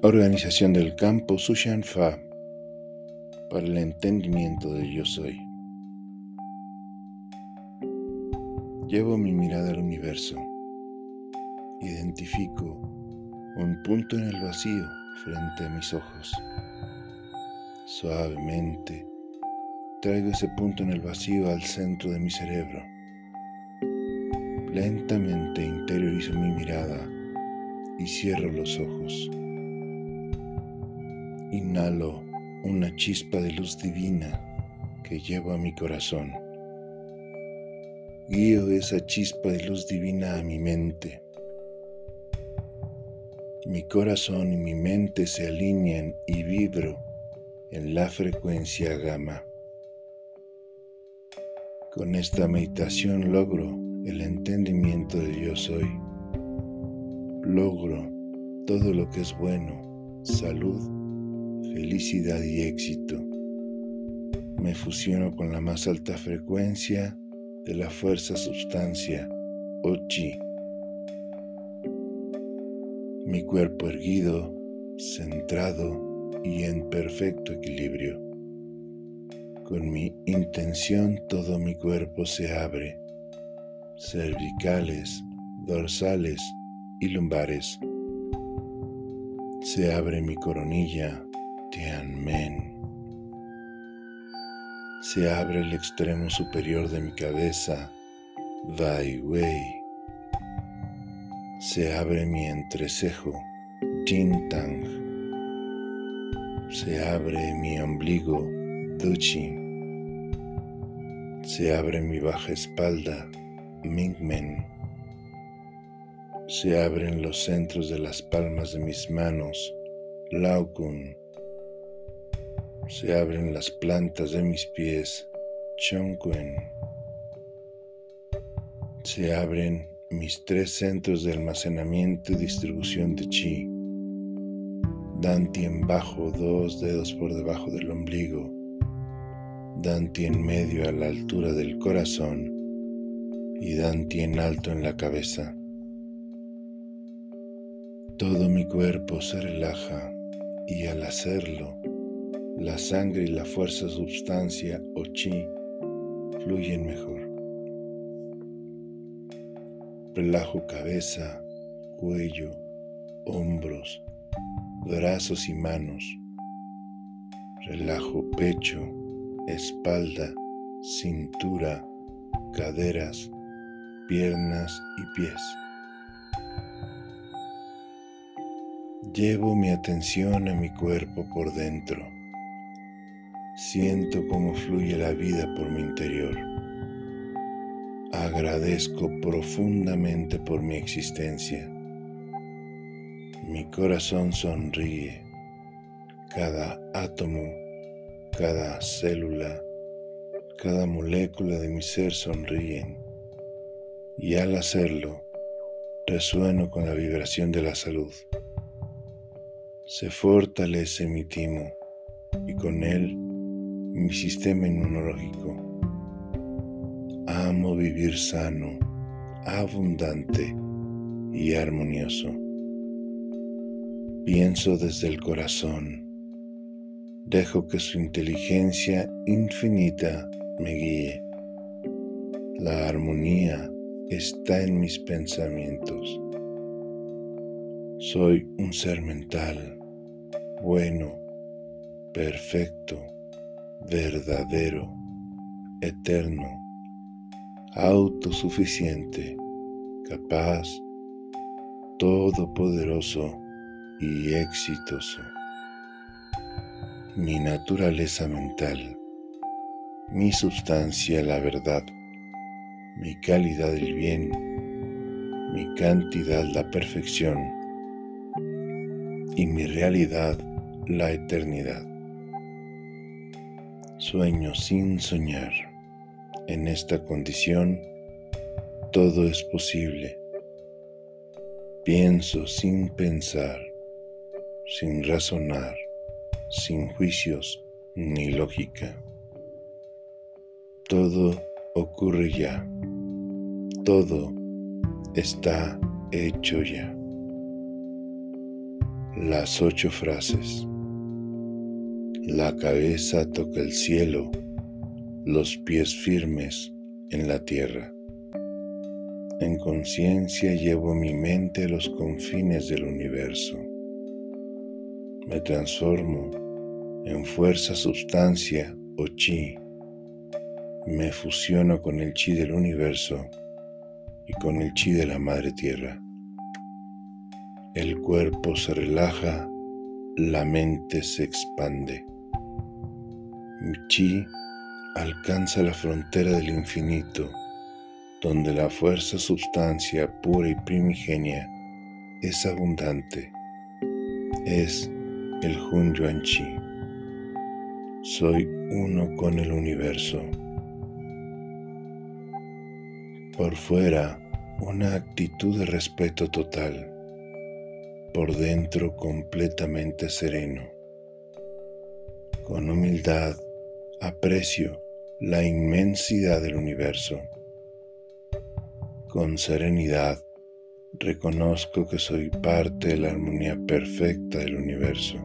Organización del campo Sushan Fa para el entendimiento del yo soy. Llevo mi mirada al universo. Identifico un punto en el vacío frente a mis ojos. Suavemente traigo ese punto en el vacío al centro de mi cerebro. Lentamente interiorizo mi mirada y cierro los ojos. Inhalo una chispa de luz divina que llevo a mi corazón. Guío esa chispa de luz divina a mi mente. Mi corazón y mi mente se alinean y vibro en la frecuencia gamma. Con esta meditación logro el entendimiento del yo soy. Logro todo lo que es bueno, salud, felicidad y éxito. Me fusiono con la más alta frecuencia de la fuerza substancia, o chi. Mi cuerpo erguido, centrado y en perfecto equilibrio. Con mi intención todo mi cuerpo se abre, cervicales, dorsales y lumbares. Se abre mi coronilla, Tianmen. Se abre el extremo superior de mi cabeza, Wei Wei. Se abre mi entrecejo, Jintang. Se abre mi ombligo, Duchi. Se abre mi baja espalda, Mingmen. Se abren los centros de las palmas de mis manos, Laokun. Se abren las plantas de mis pies, Chongquen. Se abren mis 3 centros de almacenamiento y distribución de chi. Danti en bajo, 2 dedos por debajo del ombligo. Danti en medio a la altura del corazón. Y Danti en alto en la cabeza. Todo mi cuerpo se relaja y al hacerlo, la sangre y la fuerza substancia o chi fluyen mejor. Relajo cabeza, cuello, hombros, brazos y manos. Relajo pecho, espalda, cintura, caderas, piernas y pies. Llevo mi atención a mi cuerpo por dentro. Siento cómo fluye la vida por mi interior. Agradezco profundamente por mi existencia. Mi corazón sonríe. Cada átomo, cada célula, cada molécula de mi ser sonríen. Y al hacerlo, resueno con la vibración de la salud. Se fortalece mi timo y con él mi sistema inmunológico. Amo vivir sano, abundante y armonioso. Pienso desde el corazón. Dejo que su inteligencia infinita me guíe. La armonía está en mis pensamientos. Soy un ser mental, bueno, perfecto, verdadero, eterno, autosuficiente, capaz, todopoderoso y exitoso. Mi naturaleza mental, mi sustancia la verdad, mi calidad el bien, mi cantidad la perfección y mi realidad la eternidad. Sueño sin soñar. En esta condición, todo es posible. Pienso sin pensar, sin razonar, sin juicios ni lógica. Todo ocurre ya. Todo está hecho ya. Las 8 frases. La cabeza toca el cielo, los pies firmes en la tierra. En conciencia llevo mi mente a los confines del universo. Me transformo en fuerza, substancia o chi. Me fusiono con el chi del universo y con el chi de la Madre Tierra. El cuerpo se relaja, la mente se expande. Mi chi alcanza la frontera del infinito, donde la fuerza, substancia pura y primigenia es abundante. Es el Hun Yuan Chi. Soy uno con el universo. Por fuera, una actitud de respeto total. Por dentro, completamente sereno. Con humildad, aprecio la inmensidad del universo. Con serenidad, reconozco que soy parte de la armonía perfecta del universo.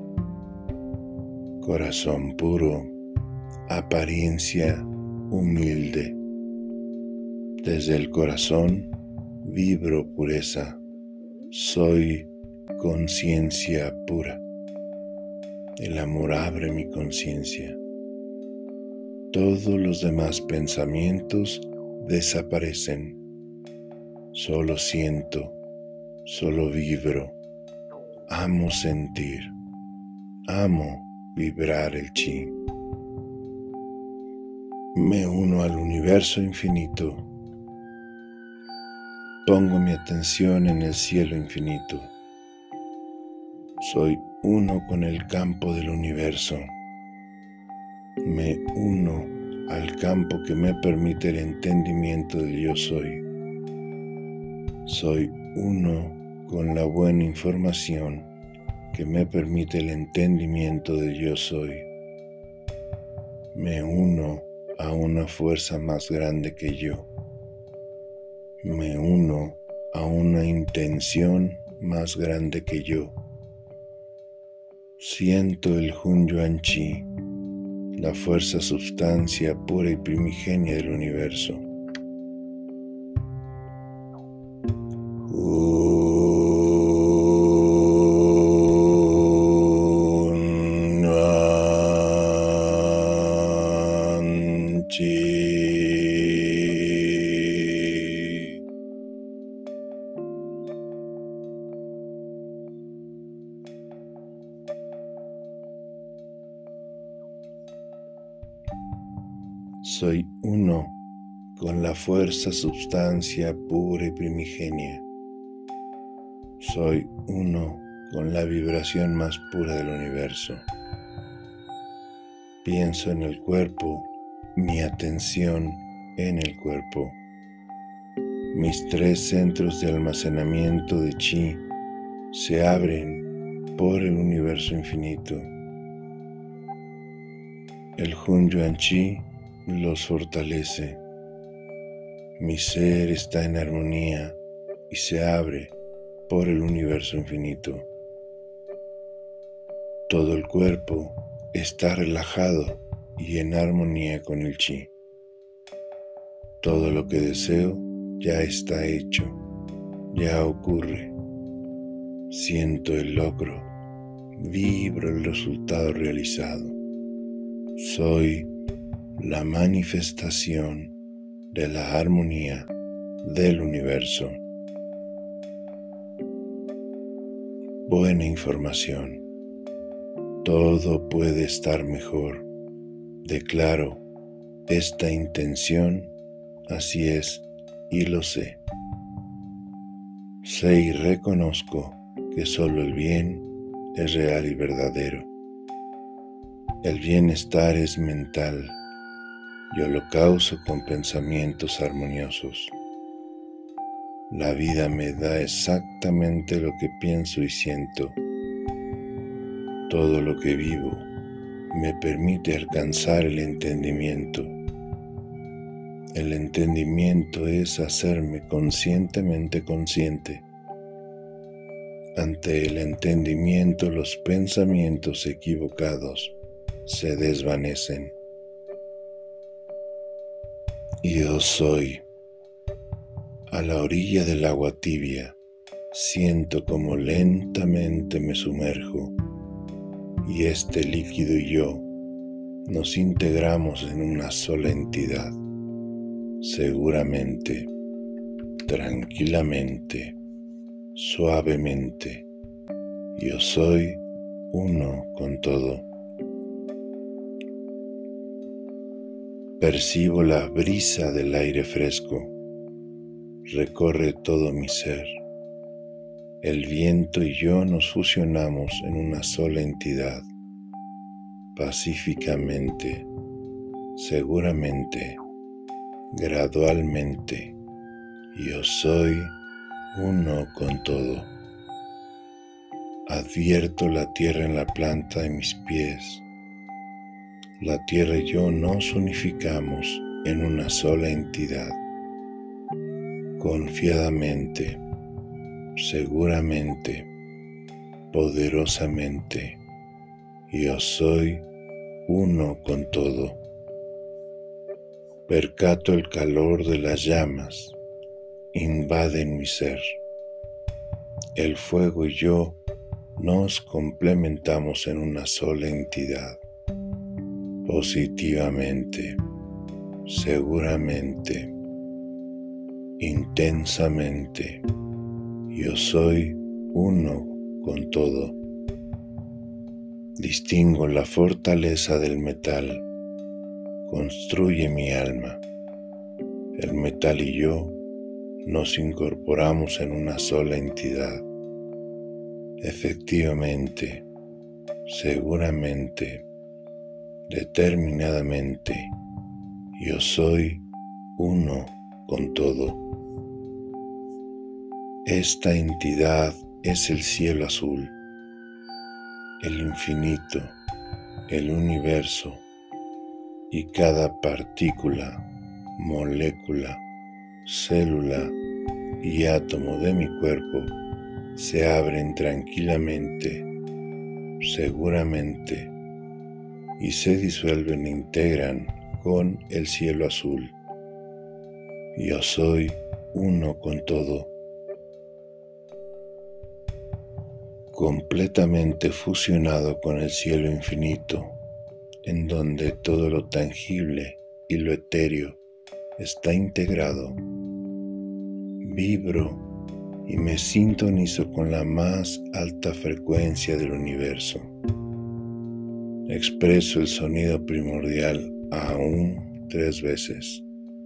Corazón puro, apariencia humilde. Desde el corazón vibro pureza. Soy conciencia pura. El amor abre mi conciencia. Todos los demás pensamientos desaparecen. Solo siento, solo vibro. Amo sentir. Amo vibrar el chi. Me uno al universo infinito. Pongo mi atención en el cielo infinito. Soy uno con el campo del universo. Me uno al campo que me permite el entendimiento del yo soy. Soy uno con la buena información que me permite el entendimiento del yo soy. Me uno a una fuerza más grande que yo. Me uno a una intención más grande que yo. Siento el Hun Yuan Chi, la fuerza, substancia pura y primigenia del universo. Hun Yuan Chi. Soy uno con la fuerza, substancia pura y primigenia. Soy uno con la vibración más pura del universo. Pienso en el cuerpo, mi atención en el cuerpo. Mis 3 centros de almacenamiento de chi se abren por el universo infinito. El Hun Yuan Chi los fortalece. Mi ser está en armonía y se abre por el universo infinito. Todo el cuerpo está relajado y en armonía con el chi. Todo lo que deseo ya está hecho, ya ocurre. Siento el logro, vibro el resultado realizado. Soy la manifestación de la armonía del universo. Buena información. Todo puede estar mejor. Declaro esta intención, así es, y lo sé. Sé y reconozco que solo el bien es real y verdadero. El bienestar es mental. Yo lo causo con pensamientos armoniosos. La vida me da exactamente lo que pienso y siento. Todo lo que vivo me permite alcanzar el entendimiento. El entendimiento es hacerme conscientemente consciente. Ante el entendimiento, los pensamientos equivocados se desvanecen. Yo soy. A la orilla del agua tibia, siento como lentamente me sumerjo y este líquido y yo nos integramos en una sola entidad, seguramente, tranquilamente, suavemente. Yo soy uno con todo. Percibo la brisa del aire fresco. Recorre todo mi ser. El viento y yo nos fusionamos en una sola entidad, pacíficamente, seguramente, gradualmente. Yo soy uno con todo. Advierto la tierra en la planta de mis pies. La tierra y yo nos unificamos en una sola entidad. Confiadamente, seguramente, poderosamente, yo soy uno con todo. Percato el calor de las llamas, invaden mi ser. El fuego y yo nos complementamos en una sola entidad. Positivamente, seguramente, intensamente, yo soy uno con todo. Distingo la fortaleza del metal, construye mi alma. El metal y yo nos incorporamos en una sola entidad. Efectivamente, seguramente, determinadamente, yo soy uno con todo. Esta entidad es el cielo azul, el infinito, el universo y cada partícula, molécula, célula y átomo de mi cuerpo se abren tranquilamente, seguramente, y se disuelven e integran con el cielo azul. Yo soy uno con todo, completamente fusionado con el cielo infinito, en donde todo lo tangible y lo etéreo está integrado. Vibro y me sintonizo con la más alta frecuencia del universo. Expreso el sonido primordial aún 3 veces.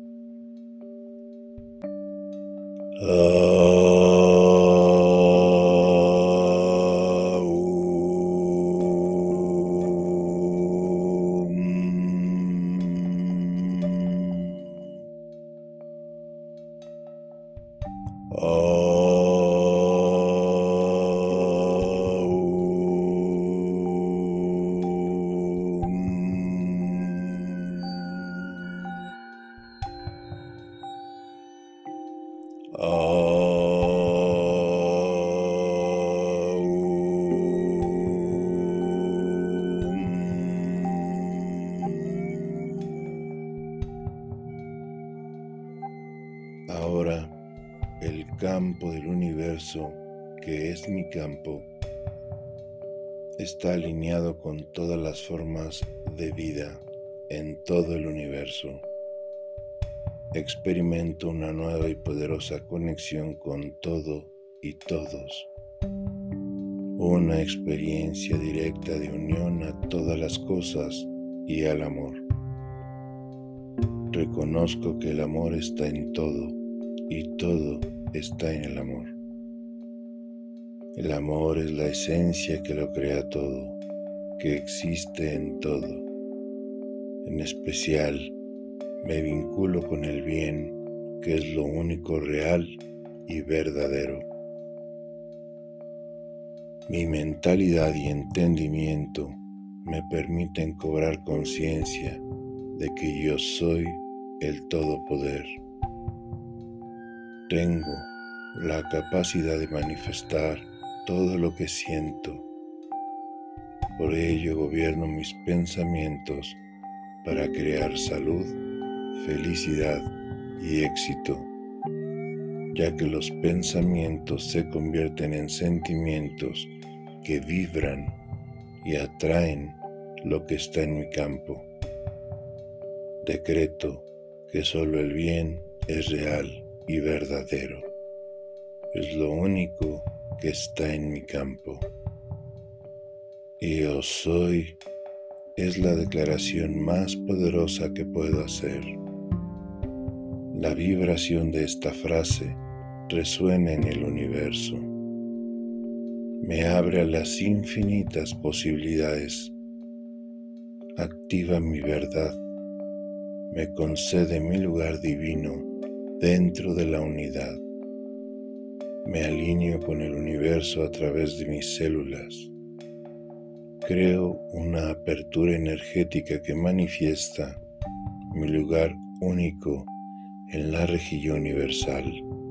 Ahora, el campo del universo, que es mi campo, está alineado con todas las formas de vida en todo el universo. Experimento una nueva y poderosa conexión con todo y todos. Una experiencia directa de unión a todas las cosas y al amor. Reconozco que el amor está en todo y todo está en el amor. El amor es la esencia que lo crea todo, que existe en todo. En especial, me vinculo con el bien, que es lo único real y verdadero. Mi mentalidad y entendimiento me permiten cobrar conciencia de que yo soy el todopoder. Tengo la capacidad de manifestar todo lo que siento. Por ello gobierno mis pensamientos para crear salud, felicidad y éxito, ya que los pensamientos se convierten en sentimientos que vibran y atraen lo que está en mi campo. Decreto que solo el bien es real y verdadero. Es lo único que está en mi campo. Y yo soy es la declaración más poderosa que puedo hacer. La vibración de esta frase resuena en el universo. Me abre a las infinitas posibilidades. Activa mi verdad. Me concede mi lugar divino dentro de la unidad. Me alineo con el universo a través de mis células. Creo una apertura energética que manifiesta mi lugar único en la rejilla universal,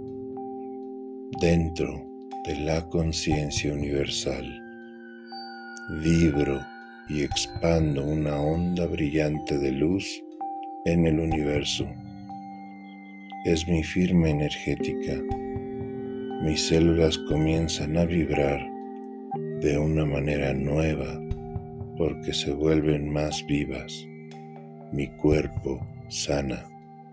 dentro de la conciencia universal. Vibro y expando una onda brillante de luz en el universo. Es mi firma energética. Mis células comienzan a vibrar de una manera nueva porque se vuelven más vivas. Mi cuerpo sana.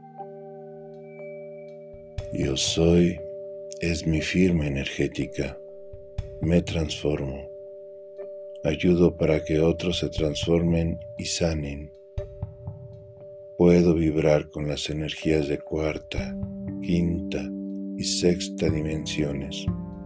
Yo soy es mi firma energética. Me transformo. Ayudo para que otros se transformen y sanen. Puedo vibrar con las energías de cuarta, quinta y sexta dimensiones.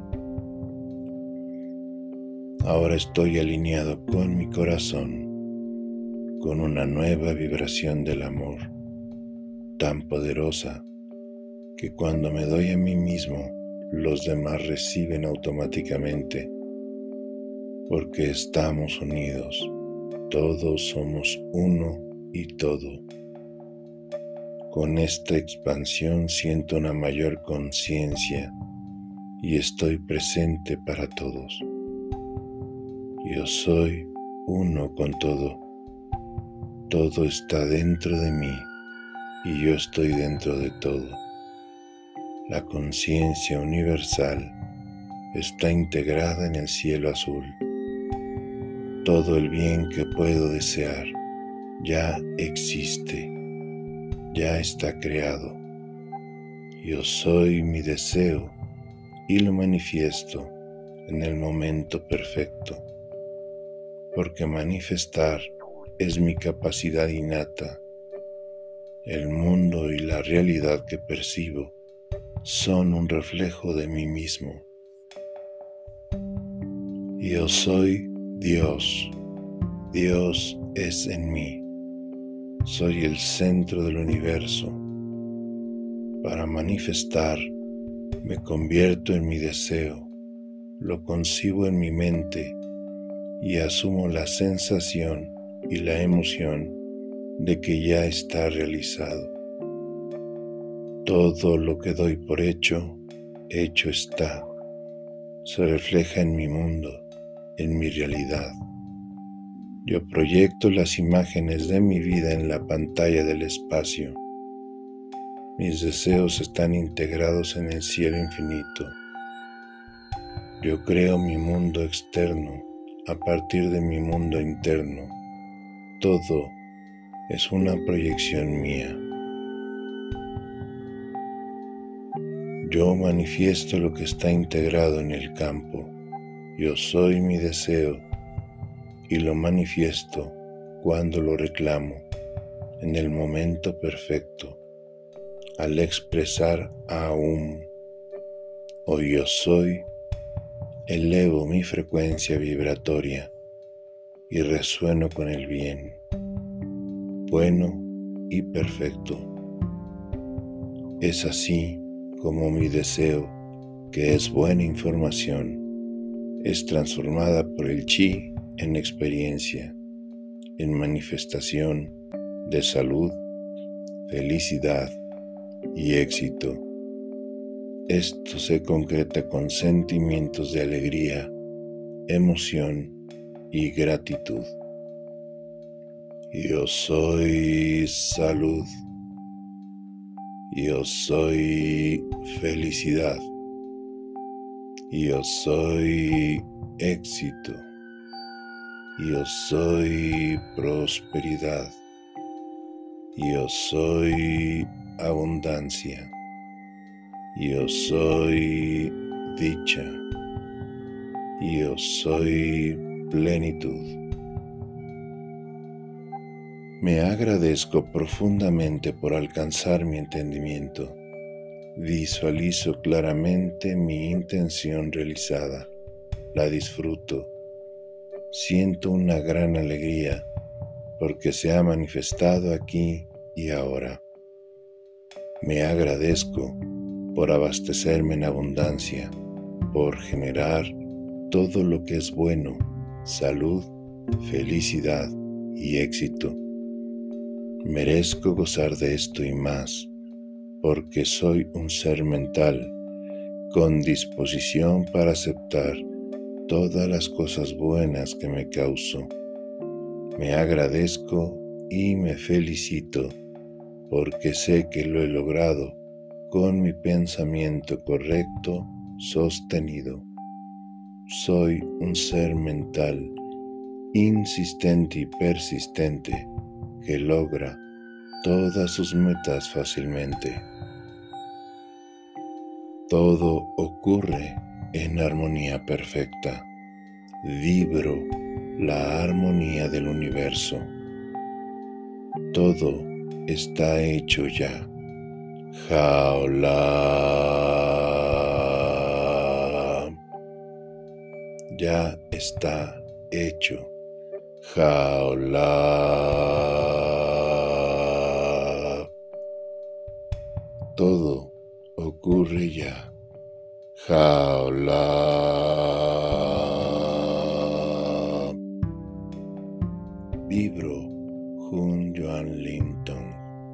Ahora estoy alineado con mi corazón, con una nueva vibración del amor, tan poderosa que cuando me doy a mí mismo, los demás reciben automáticamente, porque estamos unidos, todos somos uno y todo. Con esta expansión siento una mayor conciencia y estoy presente para todos. Yo soy uno con todo. Todo está dentro de mí y yo estoy dentro de todo. La conciencia universal está integrada en el cielo azul. Todo el bien que puedo desear ya existe, ya está creado. Yo soy mi deseo y lo manifiesto en el momento perfecto, porque manifestar es mi capacidad innata. El mundo y la realidad que percibo son un reflejo de mí mismo. Yo soy Dios. Dios es en mí. Soy el centro del universo. Para manifestar, me convierto en mi deseo, lo concibo en mi mente y asumo la sensación y la emoción de que ya está realizado. Todo lo que doy por hecho, hecho está. Se refleja en mi mundo, en mi realidad. Yo proyecto las imágenes de mi vida en la pantalla del espacio. Mis deseos están integrados en el cielo infinito. Yo creo mi mundo externo a partir de mi mundo interno. Todo es una proyección mía. Yo manifiesto lo que está integrado en el campo. Yo soy mi deseo y lo manifiesto cuando lo reclamo, en el momento perfecto, al expresar Aum o yo soy, elevo mi frecuencia vibratoria y resueno con el bien, bueno y perfecto. Es así como mi deseo, que es buena información, es transformada por el chi en experiencia, en manifestación de salud, felicidad y éxito. esto se concreta con sentimientos de alegría, emoción y gratitud. Yo soy salud. Yo soy felicidad. Yo soy éxito. Yo soy prosperidad. Yo soy abundancia. Yo soy dicha. Yo soy plenitud. Me agradezco profundamente por alcanzar mi entendimiento. Visualizo claramente mi intención realizada. La disfruto. Siento una gran alegría porque se ha manifestado aquí y ahora. Me agradezco por abastecerme en abundancia, por generar todo lo que es bueno, salud, felicidad y éxito. Merezco gozar de esto y más, porque soy un ser mental, con disposición para aceptar todas las cosas buenas que me causo. Me agradezco y me felicito, porque sé que lo he logrado con mi pensamiento correcto, sostenido. Soy un ser mental, insistente y persistente, que logra todas sus metas fácilmente. Todo ocurre en armonía perfecta. Vibro la armonía del universo. Todo está hecho ya. Jaola. Ya está hecho. Jaola. Todo ocurre ya. Jaola. Vibro Hun Yuan Linton.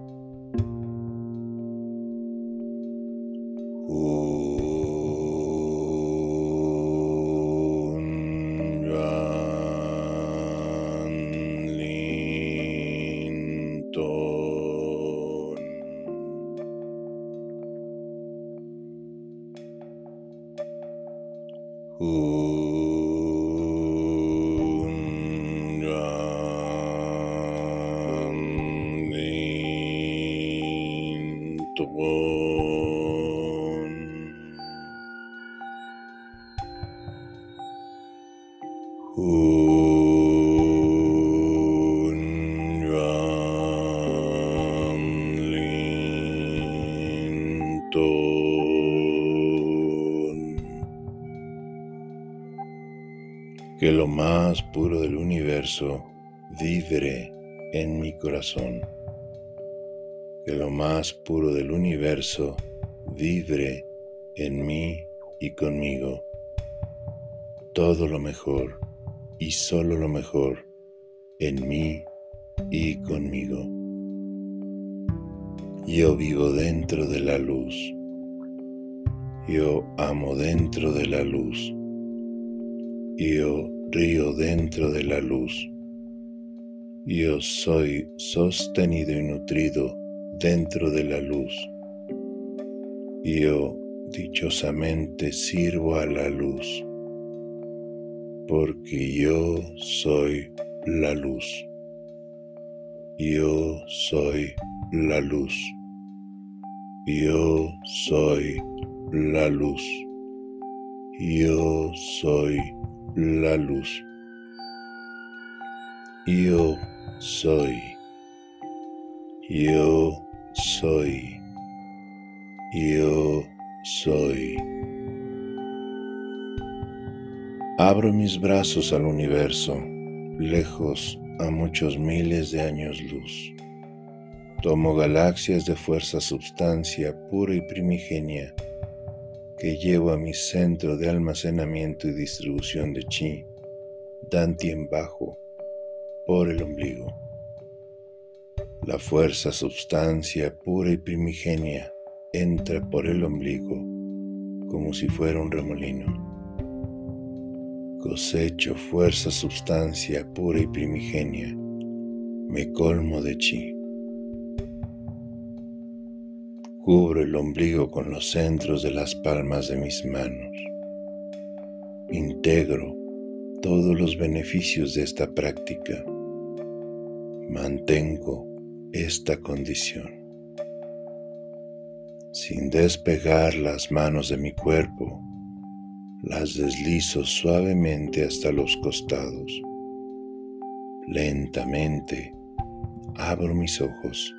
Hun Yuan Linton. Hun Yuan Linton. Hun Yuan Linton. Que lo más puro del universo vibre en mi corazón. Que lo más puro del universo vibre en mí y conmigo. Todo lo mejor y solo lo mejor en mí y conmigo. Yo vivo dentro de la luz. Yo amo dentro de la luz. Yo río dentro de la luz. Yo soy sostenido y nutrido dentro de la luz. Yo dichosamente sirvo a la luz, porque yo soy la luz. Yo soy la luz. Yo soy la luz. Yo soy la luz. Yo soy. Yo soy. Yo soy. Abro mis brazos al universo, lejos a muchos miles de años luz. Tomo galaxias de fuerza substancia pura y primigenia que llevo a mi centro de almacenamiento y distribución de chi, Dantien bajo, por el ombligo. La fuerza substancia pura y primigenia entra por el ombligo como si fuera un remolino. Cosecho fuerza, substancia pura y primigenia. Me colmo de chi. Cubro el ombligo con los centros de las palmas de mis manos. Integro todos los beneficios de esta práctica. Mantengo esta condición. Sin despegar las manos de mi cuerpo, las deslizo suavemente hasta los costados. Lentamente abro mis ojos